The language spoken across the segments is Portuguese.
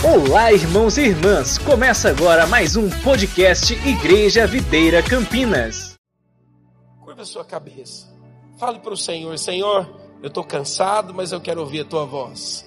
Olá, irmãos e irmãs! Começa agora mais um podcast Igreja Videira Campinas. Curva a sua cabeça. Fale para o Senhor: Senhor, eu estou cansado, mas eu quero ouvir a tua voz.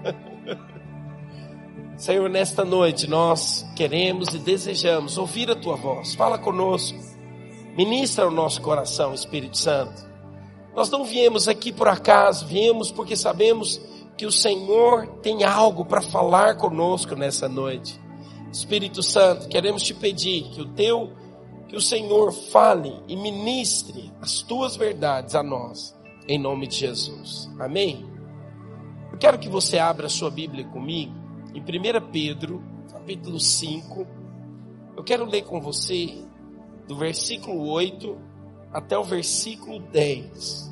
Senhor, nesta noite nós queremos e desejamos ouvir a tua voz. Fala conosco. Ministra o nosso coração, Espírito Santo. Nós não viemos aqui por acaso, viemos porque sabemos que o Senhor tem algo para falar conosco nessa noite. Espírito Santo, queremos te pedir que o Senhor fale e ministre as tuas verdades a nós, em nome de Jesus. Amém? Eu quero que você abra a sua Bíblia comigo, em 1 Pedro, capítulo 5. Eu quero ler com você do versículo 8 até o versículo 10.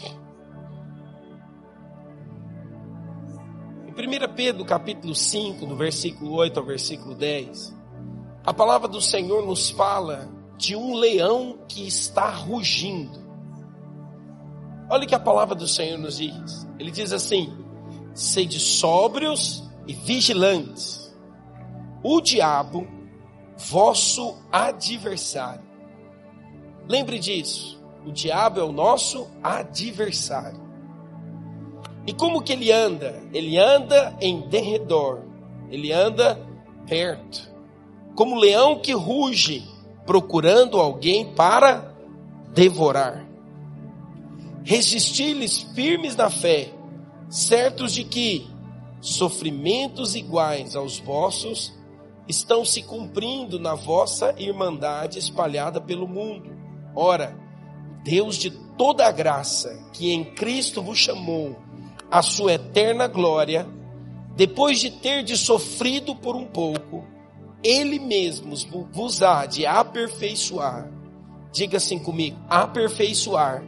Em 1 Pedro capítulo 5, do versículo 8 ao versículo 10, a palavra do Senhor nos fala de um leão que está rugindo. Olha o que a palavra do Senhor nos diz. Ele diz assim: sede sóbrios e vigilantes. O diabo, vosso adversário. Lembre disso, o diabo é o nosso adversário. E como que ele anda? Ele anda em derredor, ele anda perto, como leão que ruge, procurando alguém para devorar. Resisti-lhes firmes na fé, certos de que sofrimentos iguais aos vossos estão se cumprindo na vossa irmandade espalhada pelo mundo. Ora, Deus de toda a graça, que em Cristo vos chamou a sua eterna glória, depois de terdes sofrido por um pouco, Ele mesmo vos há de aperfeiçoar. Diga assim comigo: aperfeiçoar,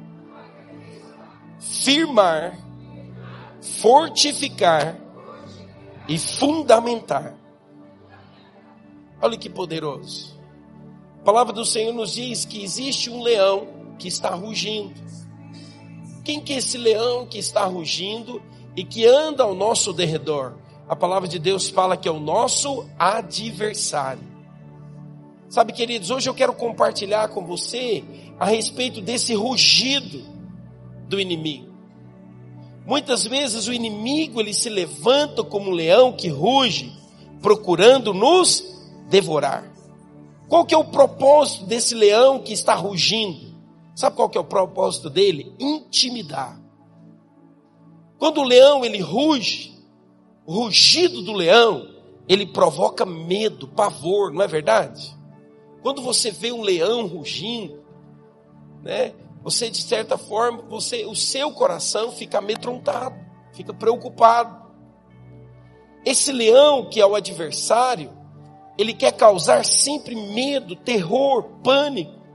firmar, fortificar e fundamentar. Olha que poderoso. A palavra do Senhor nos diz que existe um leão que está rugindo. Quem que é esse leão que está rugindo e que anda ao nosso derredor? A palavra de Deus fala que é o nosso adversário. Sabe, queridos, hoje eu quero compartilhar com você a respeito desse rugido do inimigo. Muitas vezes o inimigo ele se levanta como um leão que ruge, procurando nos devorar. Qual que é o propósito desse leão que está rugindo? Sabe qual que é o propósito dele? Intimidar. Quando o leão ele ruge, o rugido do leão, ele provoca medo, pavor, não é verdade? Quando você vê um leão rugindo, né, você de certa forma, o seu coração fica amedrontado, fica preocupado. Esse leão que é o adversário, ele quer causar sempre medo, terror, pânico.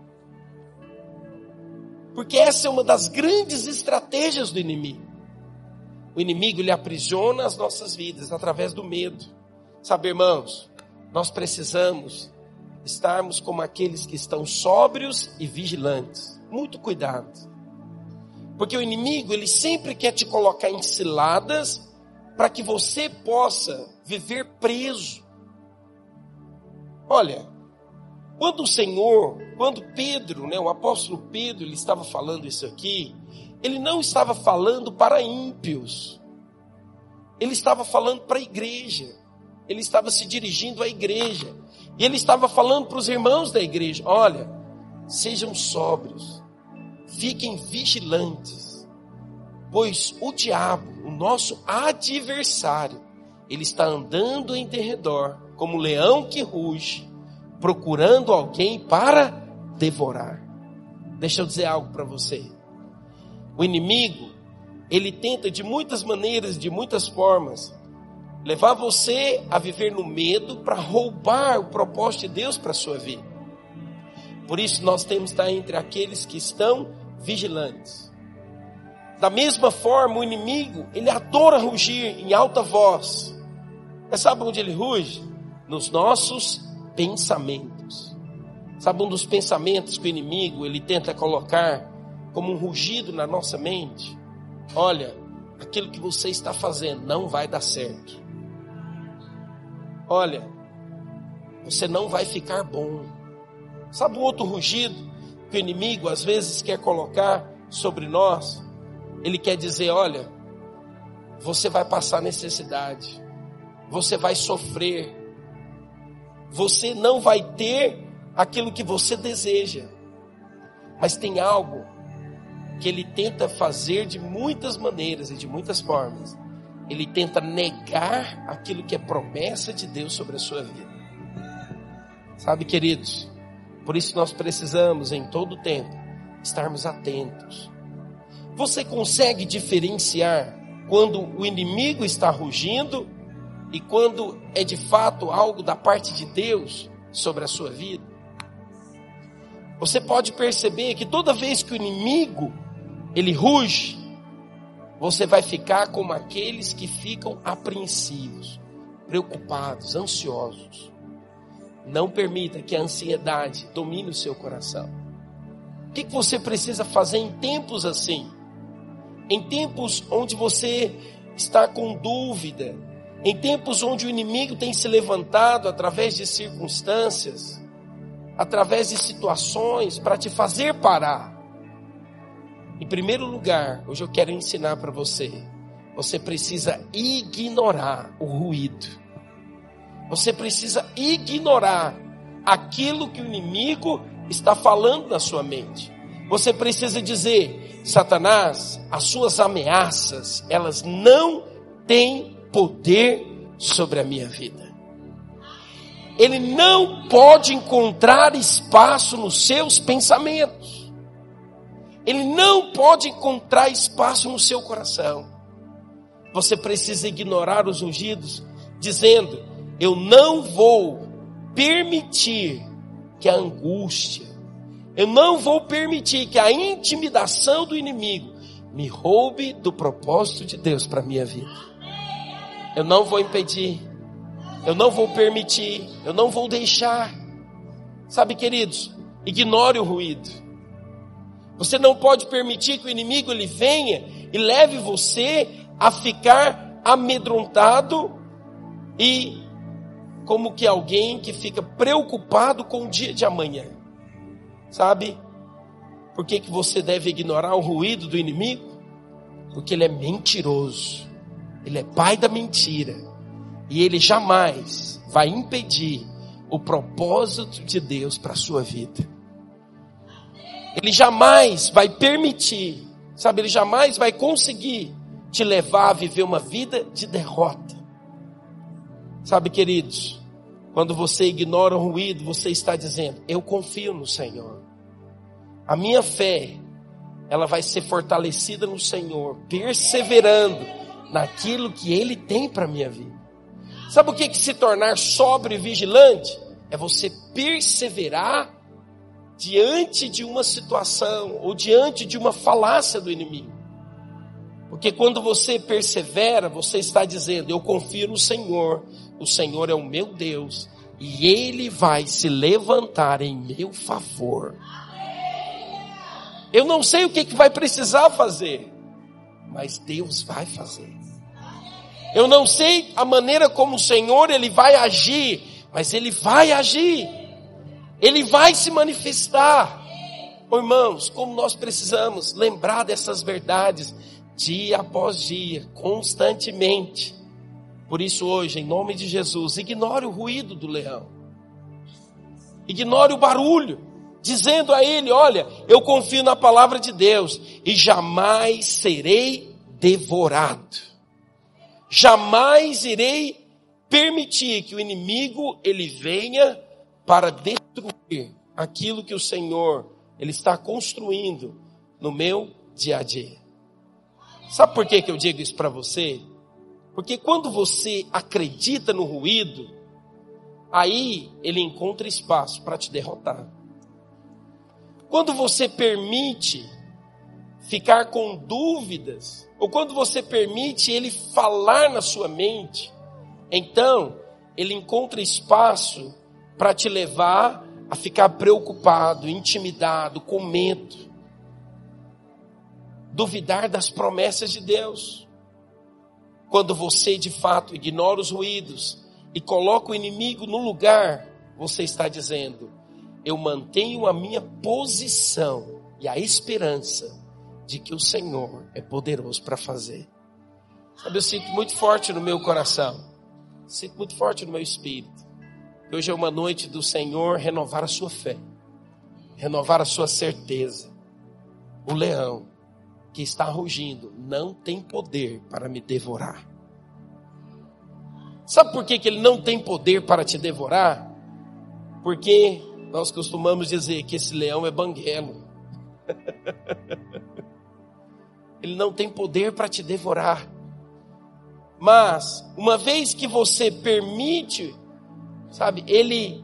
Porque essa é uma das grandes estratégias do inimigo. O inimigo ele aprisiona as nossas vidas através do medo. Sabe, irmãos, nós precisamos estarmos como aqueles que estão sóbrios e vigilantes. Muito cuidado. Porque o inimigo ele sempre quer te colocar em ciladas para que você possa viver preso. Olha, quando Pedro, o apóstolo Pedro, ele estava falando isso aqui, ele não estava falando para ímpios, ele estava falando para a igreja, ele estava se dirigindo à igreja, e ele estava falando para os irmãos da igreja: olha, sejam sóbrios, fiquem vigilantes, pois o diabo, o nosso adversário, ele está andando em derredor, como um leão que ruge, procurando alguém para devorar. Deixa eu dizer algo para você. O inimigo, ele tenta de muitas maneiras, de muitas formas, levar você a viver no medo para roubar o propósito de Deus para a sua vida. Por isso nós temos que estar entre aqueles que estão vigilantes. Da mesma forma, o inimigo, ele adora rugir em alta voz. Mas sabe onde ele ruge? Nos nossos pensamentos. Sabe um dos pensamentos que o inimigo ele tenta colocar como um rugido na nossa mente? Olha, aquilo que você está fazendo não vai dar certo. olha, você não vai ficar bom. Sabe um outro rugido que o inimigo às vezes quer colocar sobre nós? Ele quer dizer, olha, você vai passar necessidade, você vai sofrer, você não vai ter aquilo que você deseja. Mas tem algo que ele tenta fazer de muitas maneiras e de muitas formas. Ele tenta negar aquilo que é promessa de Deus sobre a sua vida. Sabe, queridos, por isso nós precisamos em todo tempo estarmos atentos. Você consegue diferenciar quando o inimigo está rugindo e quando é de fato algo da parte de Deus sobre a sua vida? Você pode perceber que toda vez que o inimigo ele ruge, você vai ficar como aqueles que ficam apreensivos, preocupados, ansiosos. Não permita que a ansiedade domine o seu coração. O que você precisa fazer em tempos assim? Em tempos onde você está com dúvida, em tempos onde o inimigo tem se levantado através de circunstâncias, através de situações para te fazer parar. Em primeiro lugar, hoje eu quero ensinar para você, você precisa ignorar o ruído. Você precisa ignorar aquilo que o inimigo está falando na sua mente. Você precisa dizer, Satanás, as suas ameaças, elas não têm poder sobre a minha vida. Ele não pode encontrar espaço nos seus pensamentos. Ele não pode encontrar espaço no seu coração. Você precisa ignorar os ungidos, dizendo, eu não vou permitir que a angústia, eu não vou permitir que a intimidação do inimigo me roube do propósito de Deus para a minha vida. Eu não vou impedir, eu não vou permitir, eu não vou deixar. Sabe, queridos, ignore o ruído. Você não pode permitir que o inimigo ele venha e leve você a ficar amedrontado e como que alguém que fica preocupado com o dia de amanhã. Sabe? Por que você deve ignorar o ruído do inimigo? Porque ele é mentiroso. Ele é pai da mentira. E ele jamais vai impedir o propósito de Deus para a sua vida. Ele jamais vai permitir, sabe, ele jamais vai conseguir te levar a viver uma vida de derrota. Sabe, queridos, quando você ignora o ruído, você está dizendo, eu confio no Senhor. A minha fé, ela vai ser fortalecida no Senhor, perseverando naquilo que Ele tem para a minha vida. Sabe o que se tornar sóbrio e vigilante? É você perseverar diante de uma situação ou diante de uma falácia do inimigo. Porque quando você persevera, você está dizendo, eu confio no Senhor, o Senhor é o meu Deus, e Ele vai se levantar em meu favor. Eu não sei o que vai precisar fazer, mas Deus vai fazer. Eu não sei a maneira como o Senhor Ele vai agir, mas Ele vai agir. Ele vai se manifestar. Oh, irmãos, como nós precisamos lembrar dessas verdades dia após dia, constantemente. Por isso hoje, em nome de Jesus, ignore o ruído do leão. Ignore o barulho, dizendo a ele, olha, eu confio na palavra de Deus e jamais serei devorado. Jamais irei permitir que o inimigo ele venha para destruir aquilo que o Senhor ele está construindo no meu dia a dia. Sabe por que eu digo isso para você? Porque quando você acredita no ruído, aí ele encontra espaço para te derrotar. Quando você permite ficar com dúvidas, ou quando você permite ele falar na sua mente, então ele encontra espaço para te levar a ficar preocupado, intimidado, com medo. Duvidar das promessas de Deus. Quando você de fato ignora os ruídos e coloca o inimigo no lugar, você está dizendo: eu mantenho a minha posição e a esperança de que o Senhor é poderoso para fazer. Sabe, eu sinto muito forte no meu coração, sinto muito forte no meu espírito, que hoje é uma noite do Senhor renovar a sua fé, renovar a sua certeza. O leão que está rugindo não tem poder para me devorar. Sabe por que ele não tem poder para te devorar? Porque nós costumamos dizer que esse leão é banguelo. Ele não tem poder para te devorar. Mas, uma vez que você permite, sabe, ele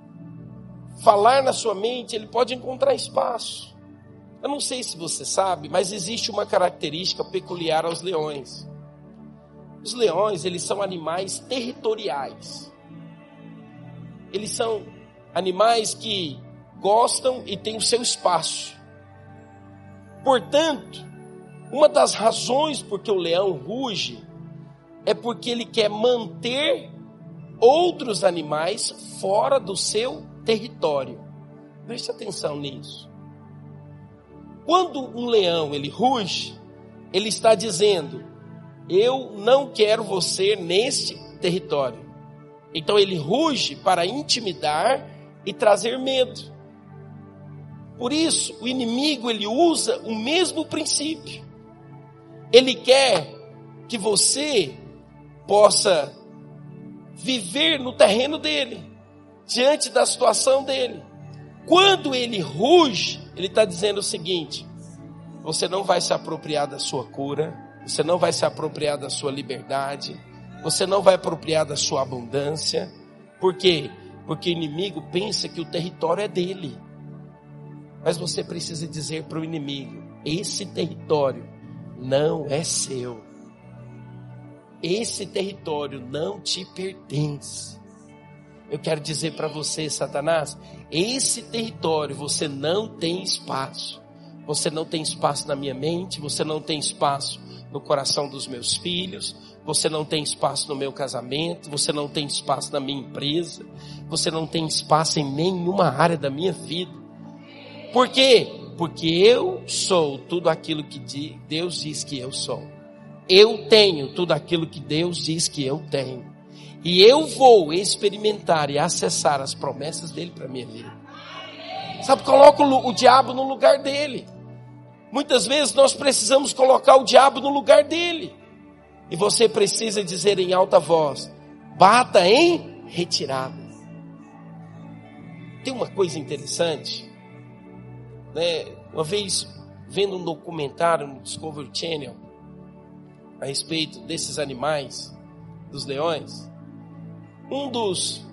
falar na sua mente, ele pode encontrar espaço. Eu não sei se você sabe, mas existe uma característica peculiar aos leões. Os leões, eles são animais territoriais. Eles são animais que gostam e têm o seu espaço. Portanto, uma das razões por que o leão ruge é porque ele quer manter outros animais fora do seu território. Preste atenção nisso. Quando um leão ele ruge, ele está dizendo: eu não quero você neste território. Então ele ruge para intimidar e trazer medo. Por isso, o inimigo ele usa o mesmo princípio. Ele quer que você possa viver no terreno dele, diante da situação dele. Quando ele ruge, ele está dizendo o seguinte: você não vai se apropriar da sua cura, você não vai se apropriar da sua liberdade, você não vai apropriar da sua abundância. Por quê? Porque o inimigo pensa que o território é dele. Mas você precisa dizer para o inimigo: esse território não é seu. Esse território não te pertence. Eu quero dizer para você, Satanás, esse território você não tem espaço. Você não tem espaço na minha mente, você não tem espaço no coração dos meus filhos, você não tem espaço no meu casamento, você não tem espaço na minha empresa, você não tem espaço em nenhuma área da minha vida. Por quê? Porque eu sou tudo aquilo que Deus diz que eu sou. Eu tenho tudo aquilo que Deus diz que eu tenho. E eu vou experimentar e acessar as promessas dele para a minha vida. Sabe, coloca o diabo no lugar dele. Muitas vezes nós precisamos colocar o diabo no lugar dele. E você precisa dizer em alta voz: bata em retirada. Tem uma coisa interessante, né? Uma vez, vendo um documentário no Discovery Channel a respeito desses animais, dos leões, um dos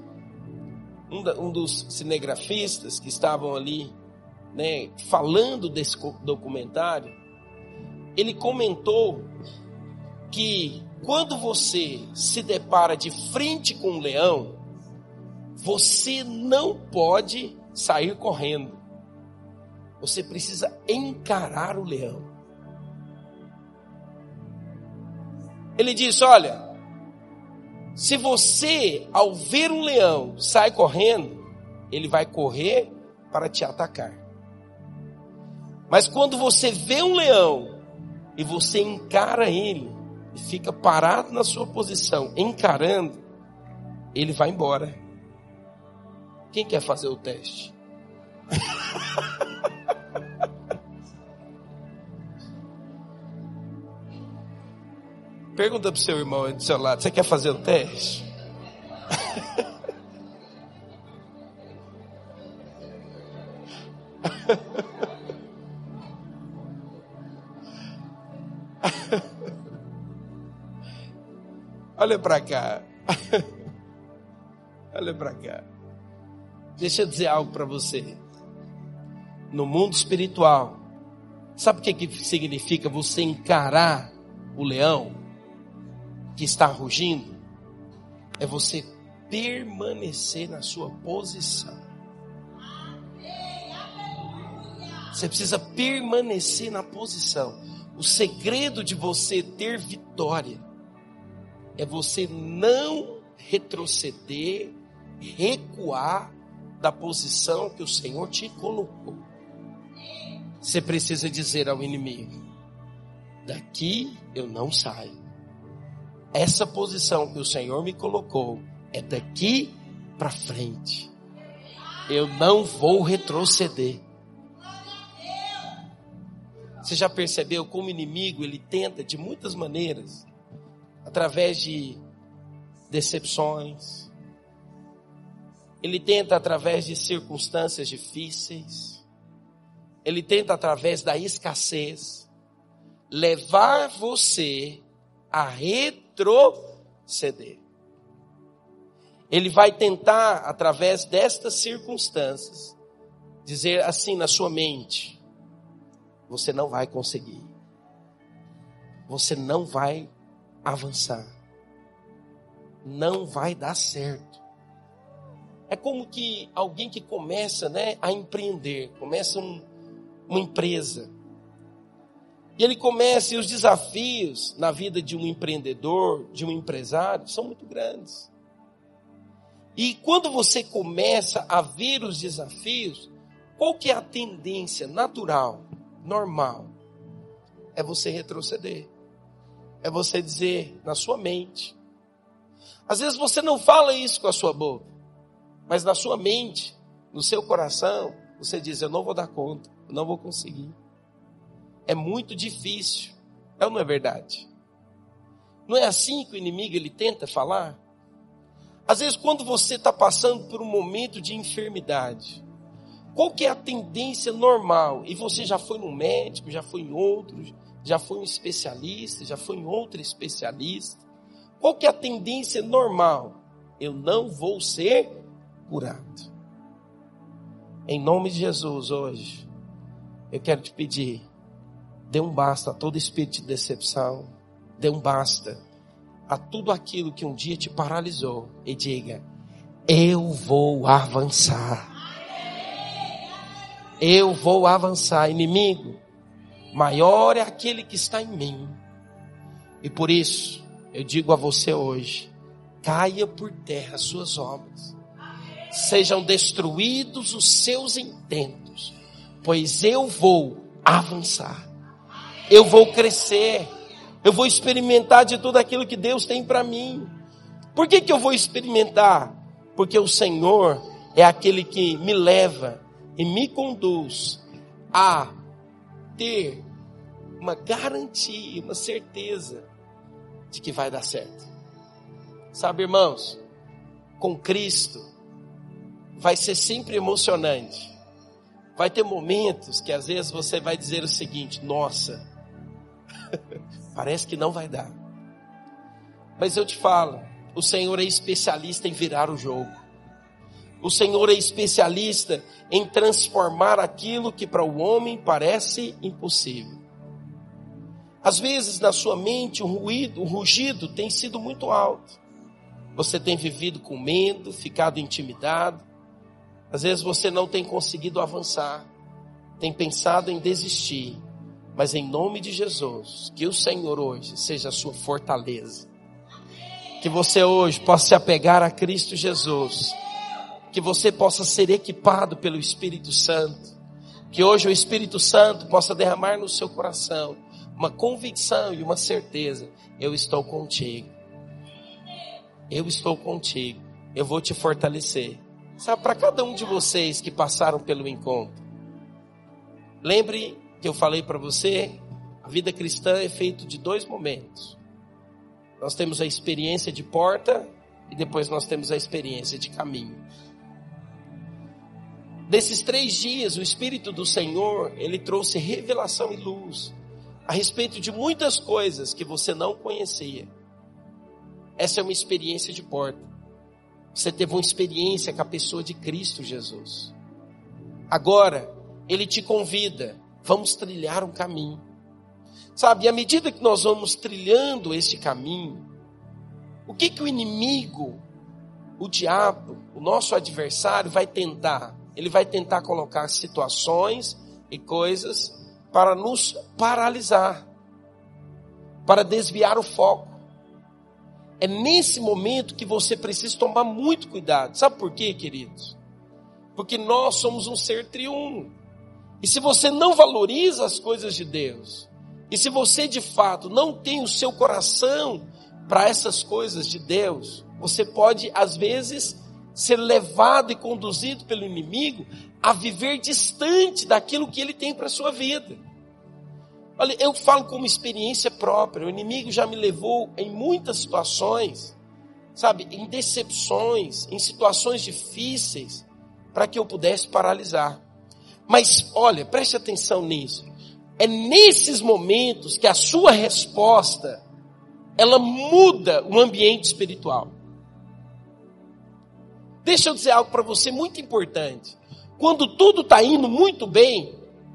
cinegrafistas que estavam ali, né, falando desse documentário, ele comentou que quando você se depara de frente com um leão, você não pode sair correndo. Você precisa encarar o leão. Ele disse: olha, se você, ao ver um leão, sai correndo, ele vai correr para te atacar. Mas quando você vê um leão e você encara ele, e fica parado na sua posição, encarando, ele vai embora. Quem quer fazer o teste? Pergunta para o seu irmão aí do seu lado: você quer fazer o teste? Olha para cá. Olha para cá. Deixa eu dizer algo para você. No mundo espiritual, sabe o que significa você encarar o leão que está rugindo? É você permanecer na sua posição. Você precisa permanecer na posição. O segredo de você ter vitória é você não retroceder, recuar da posição que o Senhor te colocou. Você precisa dizer ao inimigo: daqui eu não saio. Essa posição que o Senhor me colocou é daqui para frente. Eu não vou retroceder. Você já percebeu como o inimigo, ele tenta de muitas maneiras, através de decepções, ele tenta através de circunstâncias difíceis, ele tenta através da escassez, levar você a retroceder. Ele vai tentar, através destas circunstâncias, dizer assim na sua mente: você não vai conseguir. Você não vai avançar. Não vai dar certo. É como que alguém que começa, a empreender, começa uma empresa. E ele começa, e os desafios na vida de um empreendedor, de um empresário, são muito grandes. E quando você começa a ver os desafios, qual que é a tendência natural, normal? É você retroceder. É você dizer na sua mente. Às vezes você não fala isso com a sua boca, mas na sua mente, no seu coração, você diz: eu não vou dar conta, eu não vou conseguir. É muito difícil. É ou não é verdade? Não é assim que o inimigo ele tenta falar? Às vezes quando você está passando por um momento de enfermidade, qual que é a tendência normal? E você já foi num médico, já foi em outro, já foi um especialista, já foi em outro especialista. Qual que é a tendência normal? Eu não vou ser curado. Em nome de Jesus, hoje, eu quero te pedir, dê um basta a todo espírito de decepção, dê um basta a tudo aquilo que um dia te paralisou e diga: eu vou avançar. Eu vou avançar. Inimigo, maior é aquele que está em mim. E por isso, eu digo a você hoje: caia por terra as suas obras. Sejam destruídos os seus intentos, pois eu vou avançar. Eu vou crescer. Eu vou experimentar de tudo aquilo que Deus tem para mim. Por que eu vou experimentar? Porque o Senhor é aquele que me leva e me conduz a ter uma garantia, uma certeza de que vai dar certo. Sabe, irmãos, com Cristo vai ser sempre emocionante. Vai ter momentos que às vezes você vai dizer o seguinte: nossa, parece que não vai dar. Mas eu te falo, o Senhor é especialista em virar o jogo. O Senhor é especialista em transformar aquilo que para o homem parece impossível. Às vezes na sua mente o rugido tem sido muito alto. Você tem vivido com medo, ficado intimidado. Às vezes você não tem conseguido avançar. Tem pensado em desistir. Mas em nome de Jesus, que o Senhor hoje seja a sua fortaleza. Que você hoje possa se apegar a Cristo Jesus. Que você possa ser equipado pelo Espírito Santo. Que hoje o Espírito Santo possa derramar no seu coração uma convicção e uma certeza: eu estou contigo. Eu estou contigo. Eu vou te fortalecer. Sabe, para cada um de vocês que passaram pelo encontro, lembre que eu falei para você, a vida cristã é feita de 2 momentos. Nós temos a experiência de porta e depois nós temos a experiência de caminho. Desses 3 dias, o Espírito do Senhor, ele trouxe revelação e luz a respeito de muitas coisas que você não conhecia. Essa é uma experiência de porta. Você teve uma experiência com a pessoa de Cristo Jesus. Agora, Ele te convida, vamos trilhar um caminho. Sabe, e à medida que nós vamos trilhando esse caminho, o que o inimigo, o diabo, o nosso adversário vai tentar? Ele vai tentar colocar situações e coisas para nos paralisar, para desviar o foco. É nesse momento que você precisa tomar muito cuidado. Sabe por quê, queridos? Porque nós somos um ser triuno. E se você não valoriza as coisas de Deus, e se você de fato não tem o seu coração para essas coisas de Deus, você pode às vezes ser levado e conduzido pelo inimigo a viver distante daquilo que ele tem para a sua vida. Olha, eu falo como experiência própria. O inimigo já me levou em muitas situações, sabe, em decepções, em situações difíceis, para que eu pudesse paralisar. Mas, olha, preste atenção nisso. É nesses momentos que a sua resposta, ela muda o ambiente espiritual. Deixa eu dizer algo para você muito importante. Quando tudo está indo muito bem,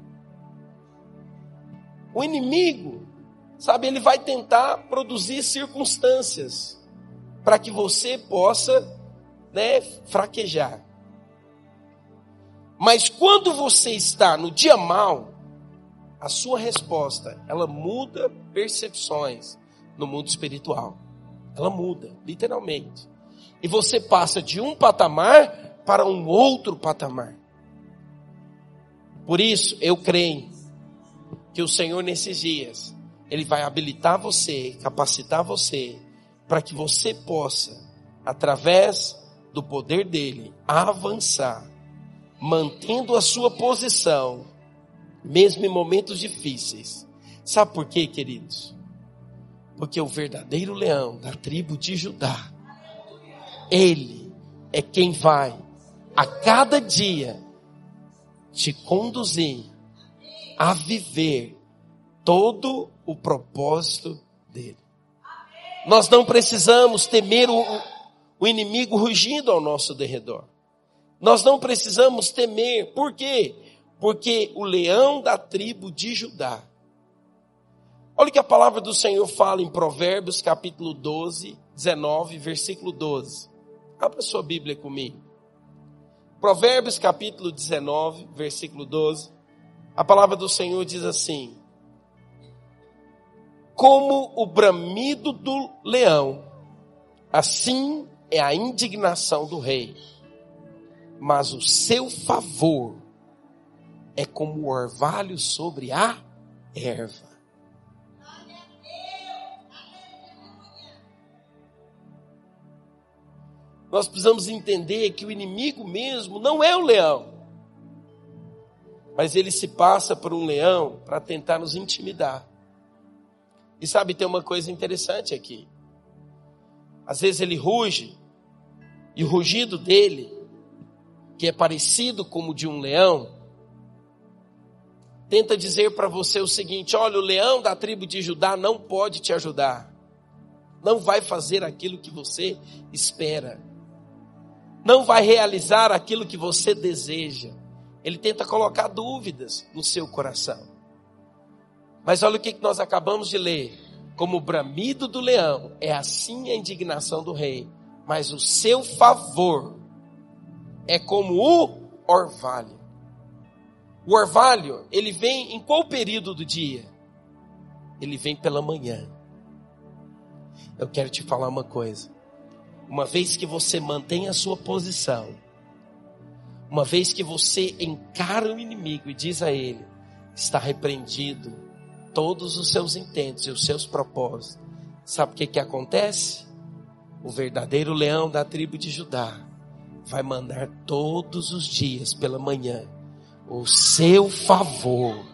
o inimigo, sabe, ele vai tentar produzir circunstâncias para que você possa, fraquejar. Mas quando você está no dia mau, a sua resposta, ela muda percepções no mundo espiritual. Ela muda, literalmente. E você passa de um patamar para um outro patamar. Por isso, eu creio que o Senhor nesses dias, Ele vai habilitar você, capacitar você, para que você possa, através do poder dEle, avançar, mantendo a sua posição, mesmo em momentos difíceis. Sabe por quê, queridos? Porque o verdadeiro leão da tribo de Judá, ele é quem vai a cada dia te conduzir a viver todo o propósito dele. Nós não precisamos temer o inimigo rugindo ao nosso derredor. Nós não precisamos temer. Por quê? Porque o leão da tribo de Judá. Olha o que a palavra do Senhor fala em Provérbios capítulo 12, 19, versículo 12. Abra sua Bíblia comigo. Provérbios capítulo 19, versículo 12. A palavra do Senhor diz assim: como o bramido do leão, assim é a indignação do rei, mas o seu favor é como o orvalho sobre a erva. Nós precisamos entender que o inimigo mesmo não é o leão, mas ele se passa por um leão para tentar nos intimidar. E sabe, tem uma coisa interessante aqui. Às vezes ele ruge, e o rugido dele, que é parecido como o de um leão, tenta dizer para você o seguinte: olha, o leão da tribo de Judá não pode te ajudar, não vai fazer aquilo que você espera, não vai realizar aquilo que você deseja. Ele tenta colocar dúvidas no seu coração. Mas olha o que nós acabamos de ler. Como o bramido do leão, é assim a indignação do rei, mas o seu favor é como o orvalho. O orvalho, ele vem em qual período do dia? Ele vem pela manhã. Eu quero te falar uma coisa. Uma vez que você mantém a sua posição, uma vez que você encara o inimigo e diz a ele: está repreendido todos os seus intentos e os seus propósitos, sabe o que acontece? O verdadeiro leão da tribo de Judá vai mandar todos os dias pela manhã o seu favor.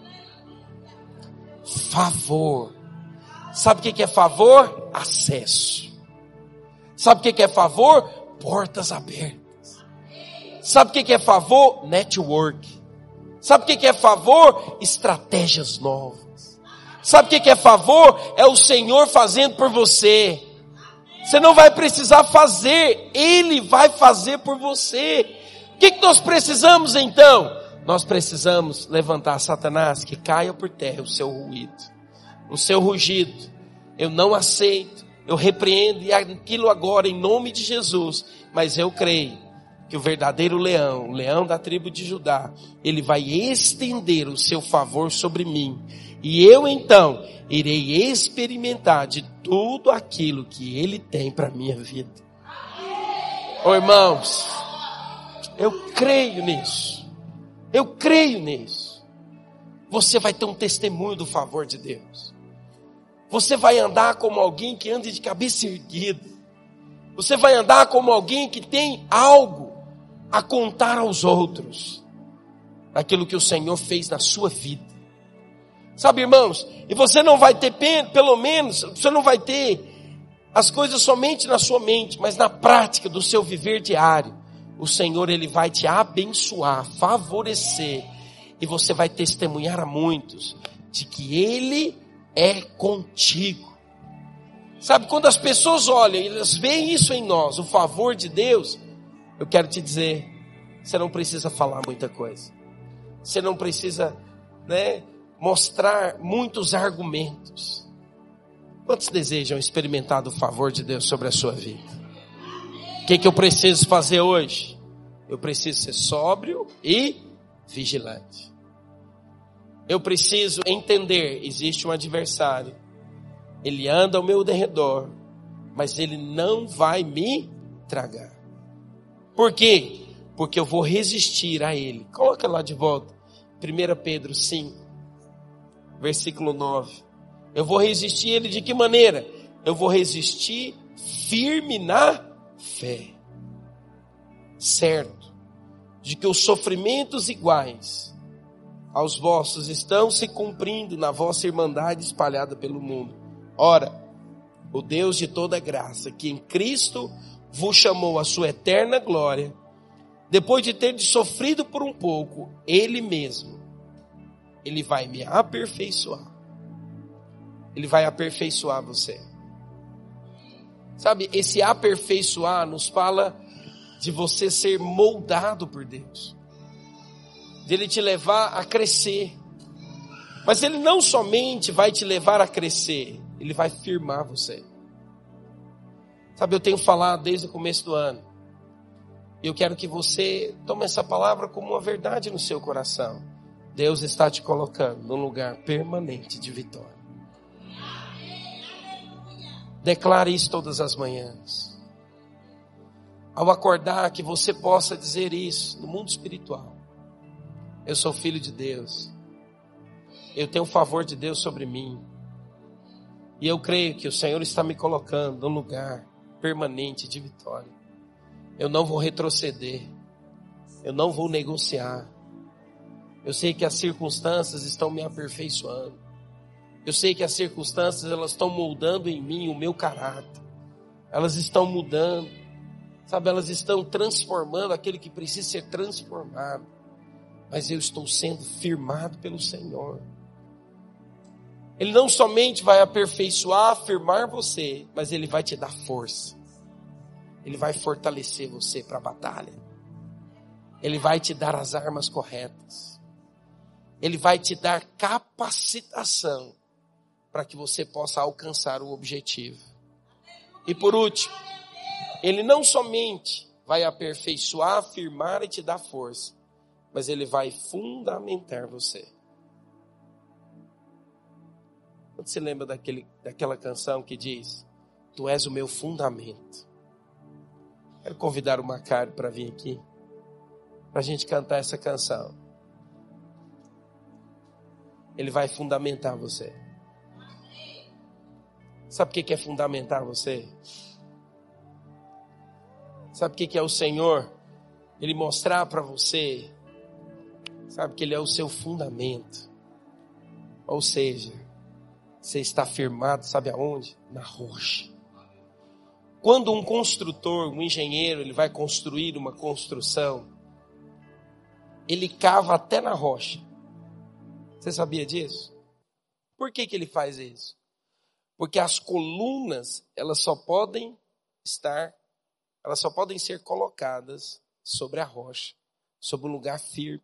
Favor. Sabe o que é favor? Acesso. Sabe o que é favor? Portas abertas. Sabe o que é favor? Network. Sabe o que é favor? Estratégias novas. Sabe o que é favor? É o Senhor fazendo por você. Você não vai precisar fazer, Ele vai fazer por você. O que nós precisamos então? Nós precisamos levantar Satanás, que caia por terra o seu ruído, o seu rugido. Eu não aceito, eu repreendo e aquilo agora em nome de Jesus. Mas eu creio que o verdadeiro leão, o leão da tribo de Judá, ele vai estender o seu favor sobre mim. E eu então irei experimentar de tudo aquilo que Ele tem para a minha vida. Oh, irmãos, eu creio nisso. Eu creio nisso. Você vai ter um testemunho do favor de Deus. Você vai andar como alguém que anda de cabeça erguida. Você vai andar como alguém que tem algo a contar aos outros. Daquilo que o Senhor fez na sua vida. Sabe, irmãos? E você não vai ter, pelo menos, você não vai ter as coisas somente na sua mente, mas na prática do seu viver diário. O Senhor, Ele vai te abençoar, favorecer. E você vai testemunhar a muitos de que Ele é contigo. Sabe, quando as pessoas olham, elas veem isso em nós, o favor de Deus, eu quero te dizer, você não precisa falar muita coisa. Você não precisa, mostrar muitos argumentos. Quantos desejam experimentar do favor de Deus sobre a sua vida? O que eu preciso fazer hoje? Eu preciso ser sóbrio e vigilante. Eu preciso entender, existe um adversário. Ele anda ao meu derredor, mas ele não vai me tragar. Por quê? Porque eu vou resistir a ele. Coloca lá de volta. 1 Pedro 5, versículo 9. Eu vou resistir a ele de que maneira? Eu vou resistir firme na fé. Certo, de que os sofrimentos iguais aos vossos estão se cumprindo na vossa irmandade espalhada pelo mundo. Ora, o Deus de toda graça, que em Cristo vos chamou à sua eterna glória, depois de ter sofrido por um pouco, Ele mesmo, Ele vai me aperfeiçoar. Ele vai aperfeiçoar você. Sabe, esse aperfeiçoar nos fala de você ser moldado por Deus. De Ele te levar a crescer. Mas Ele não somente vai te levar a crescer, Ele vai firmar você. Sabe, eu tenho falado desde o começo do ano. E eu quero que você tome essa palavra como uma verdade no seu coração. Deus está te colocando num lugar permanente de vitória. Declare isso todas as manhãs. Ao acordar, que você possa dizer isso no mundo espiritual. Eu sou filho de Deus. Eu tenho o favor de Deus sobre mim. E eu creio que o Senhor está me colocando num lugar permanente de vitória. Eu não vou retroceder. Eu não vou negociar. Eu sei que as circunstâncias estão me aperfeiçoando. Eu sei que as circunstâncias, elas estão moldando em mim o meu caráter. Elas estão mudando. Sabe, elas estão transformando aquele que precisa ser transformado. Mas eu estou sendo firmado pelo Senhor. Ele não somente vai aperfeiçoar, firmar você, mas Ele vai te dar força. Ele vai fortalecer você para a batalha. Ele vai te dar as armas corretas. Ele vai te dar capacitação para que você possa alcançar o objetivo. E por último, Ele não somente vai aperfeiçoar, firmar e te dar força, mas Ele vai fundamentar você. Você lembra daquela canção que diz: Tu és o meu fundamento? Quero convidar o Macário para vir aqui, para a gente cantar essa canção. Ele vai fundamentar você. Sabe o que é fundamentar você? Sabe o que é o Senhor? Ele mostrar para você, sabe, que Ele é o seu fundamento. Ou seja, você está firmado, sabe aonde? Na rocha. Quando um construtor, um engenheiro, ele vai construir uma construção, ele cava até na rocha. Você sabia disso? Por que ele faz isso? Porque as colunas, elas só podem ser colocadas sobre a rocha, sobre um lugar firme.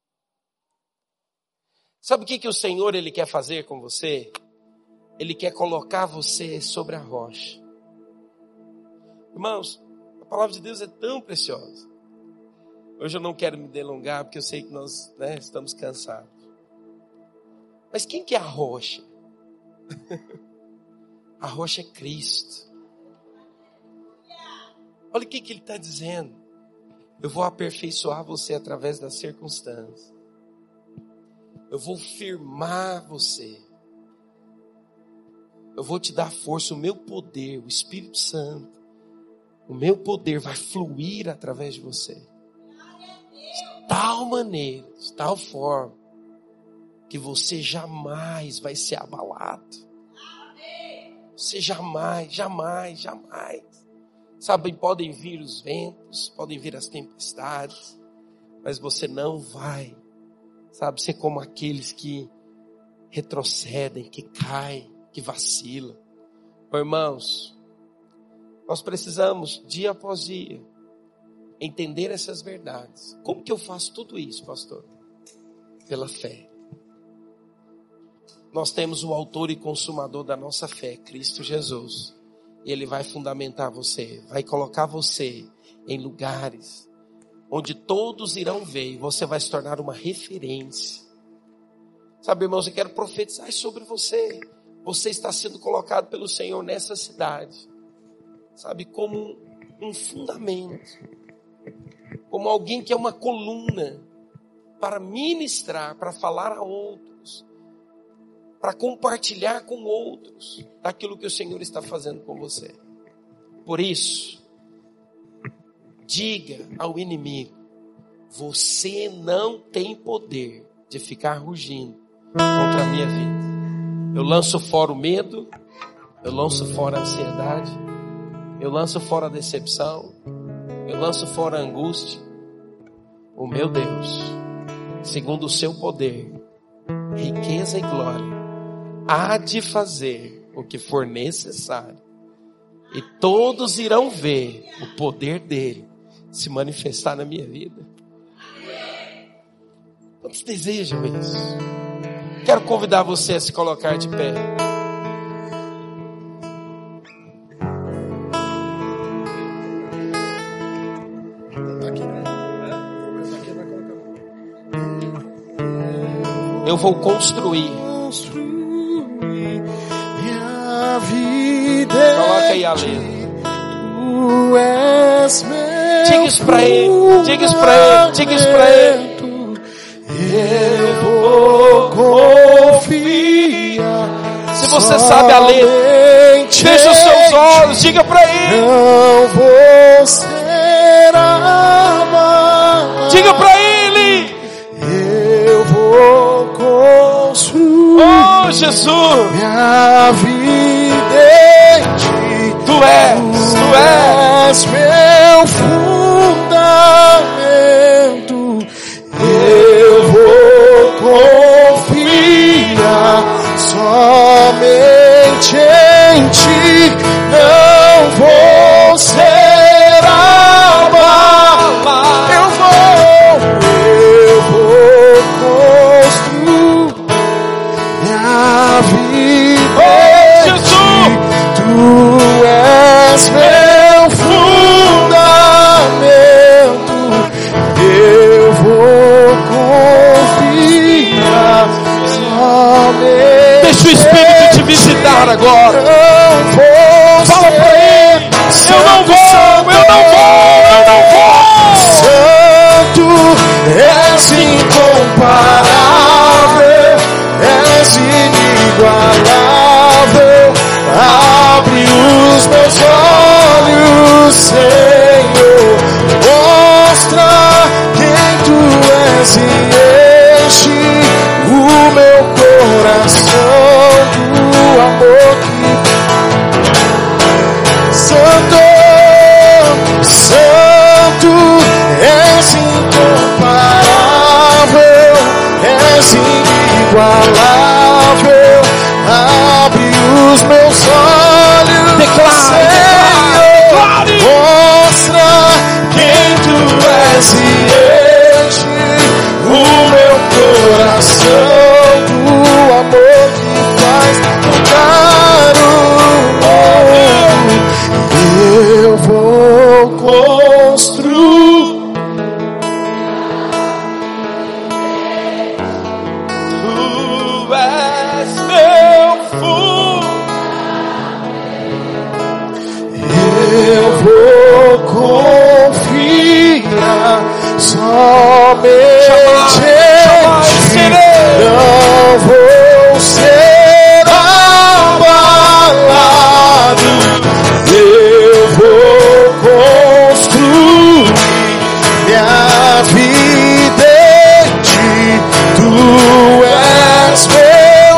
Sabe o que o Senhor, Ele quer fazer com você? Ele quer colocar você sobre a rocha. Irmãos, a palavra de Deus é tão preciosa. Hoje eu não quero me delongar, porque eu sei que nós estamos cansados. Mas quem que é a rocha? A rocha é Cristo. Olha o que ele está dizendo. Eu vou aperfeiçoar você através das circunstâncias. Eu vou firmar você. Eu vou te dar força, o meu poder, o Espírito Santo. O meu poder vai fluir através de você. De tal maneira, de tal forma, que você jamais vai ser abalado. Você jamais. Sabe, podem vir os ventos, podem vir as tempestades, mas você não vai, sabe, ser como aqueles que retrocedem, que caem, que vacilam. Irmãos, nós precisamos, dia após dia, entender essas verdades. Como que eu faço tudo isso, pastor? Pela fé. Nós temos o autor e consumador da nossa fé, Cristo Jesus. E Ele vai fundamentar você, vai colocar você em lugares onde todos irão ver e você vai se tornar uma referência. Sabe, irmãos, eu quero profetizar sobre você. Você está sendo colocado pelo Senhor nessa cidade, sabe, como um fundamento, como alguém que é uma coluna para ministrar, para falar a outros, para compartilhar com outros daquilo que o Senhor está fazendo com você. Por isso, diga ao inimigo: você não tem poder de ficar rugindo contra a minha vida. Eu lanço fora o medo, eu lanço fora a ansiedade, eu lanço fora a decepção, eu lanço fora a angústia. O meu Deus, segundo o seu poder, riqueza e glória, há de fazer o que for necessário, e todos irão ver o poder dele se manifestar na minha vida. Quantos desejam isso? Quero convidar você a se colocar de pé. Eu vou construir. Coloca aí a letra. Diga isso pra ele. Diga isso pra ele. Diga isso pra ele. Eu vou confiar. Se você sabe a letra, feche os seus olhos. Diga pra ele. Não vou ser amado. Diga pra ele. Eu vou construir. Oh, Jesus. Minha vida em ti. Tu és meu fundamento. Eu vou confiar somente em ti. Não vou ser abalado. Eu vou construir minha vida em ti. Tu és meu fundamento. Eu vou confiar somente. Deixa o Espírito te visitar agora. Fala pra ele. Eu não vou. Santo, és incomparável, és inigualável. Abre os meus olhos, Senhor. Mostra quem tu és e enche o meu coração do amor que Santo, Santo, és incomparável, és inigualável. Abre os meus olhos, Declare. mostra quem tu és e enche o meu coração do amor que faz tocar o mundo. Eu vou construir. Tu és somente não vou ser abalado. Eu vou construir minha vida em ti. Tu és meu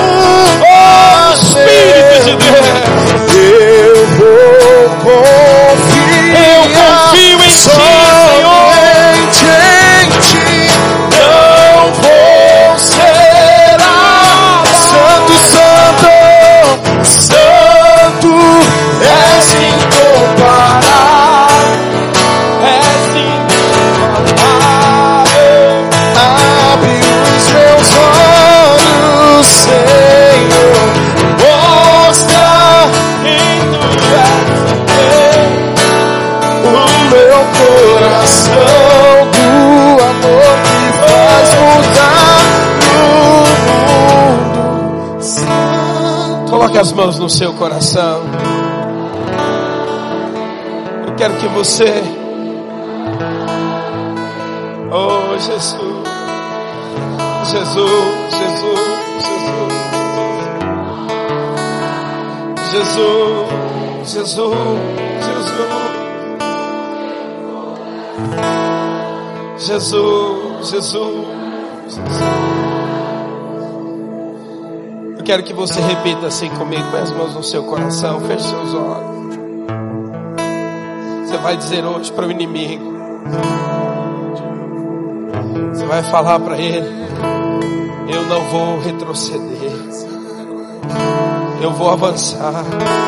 Espírito de Deus. eu vou confiar confio em ti, somente em ti. Não vou ser santo, santo, santo, és incomparável. És incomparável. Abre os meus olhos, Senhor, mostra Quem tu és, Deus. o meu coração do amor que faz mudar o mundo. Coloque as mãos no seu coração. Eu quero que você, oh Jesus, Jesus, Jesus, Jesus, Jesus, Jesus, Jesus, Jesus. Eu quero que você repita assim comigo, com as mãos no seu coração, feche seus olhos. Você vai dizer hoje para o inimigo, você vai falar para ele: eu não vou retroceder, eu vou avançar.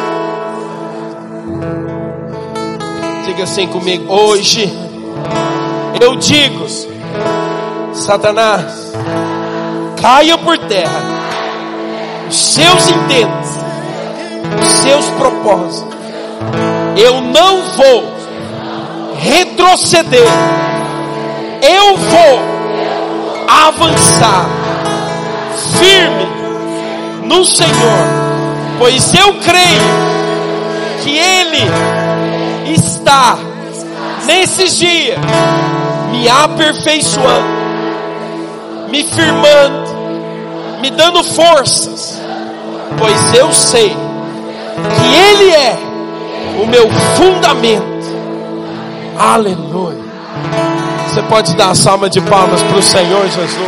Diga assim comigo: hoje eu digo, Satanás, caia por terra os seus intentos, os seus propósitos. Eu não vou retroceder, eu vou avançar firme no Senhor, pois eu creio que Ele está nesses dias me aperfeiçoando, me firmando, me dando forças, pois eu sei que Ele é o meu fundamento. Aleluia. Você pode dar uma salva de palmas para o Senhor Jesus.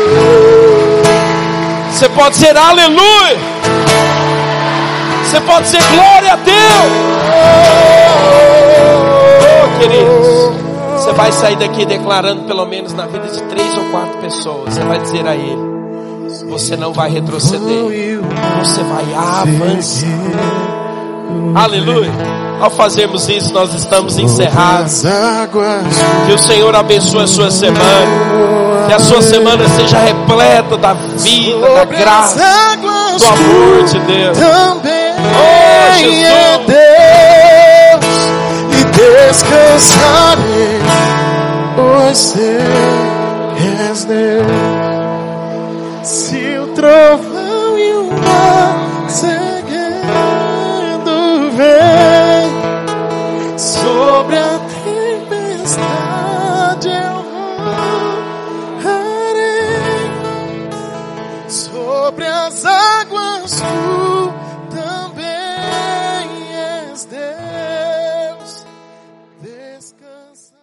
Você pode dizer aleluia. Você pode dizer glória a Deus. Oh, queridos, você vai sair daqui declarando pelo menos na vida de 3 ou 4 pessoas. Você vai dizer a ele: você não vai retroceder, você vai avançar. Aleluia. Ao fazermos isso, nós estamos encerrados. Que o Senhor abençoe a sua semana. Que a sua semana seja repleta da vida, da graça, do amor de Deus. Oh, Jesus. Deus, e descansarei, pois és Deus. Se o trovão e o mar seguindo vem sobre a tempestade, eu voarei sobre as águas. Tu também és Deus. Descansa.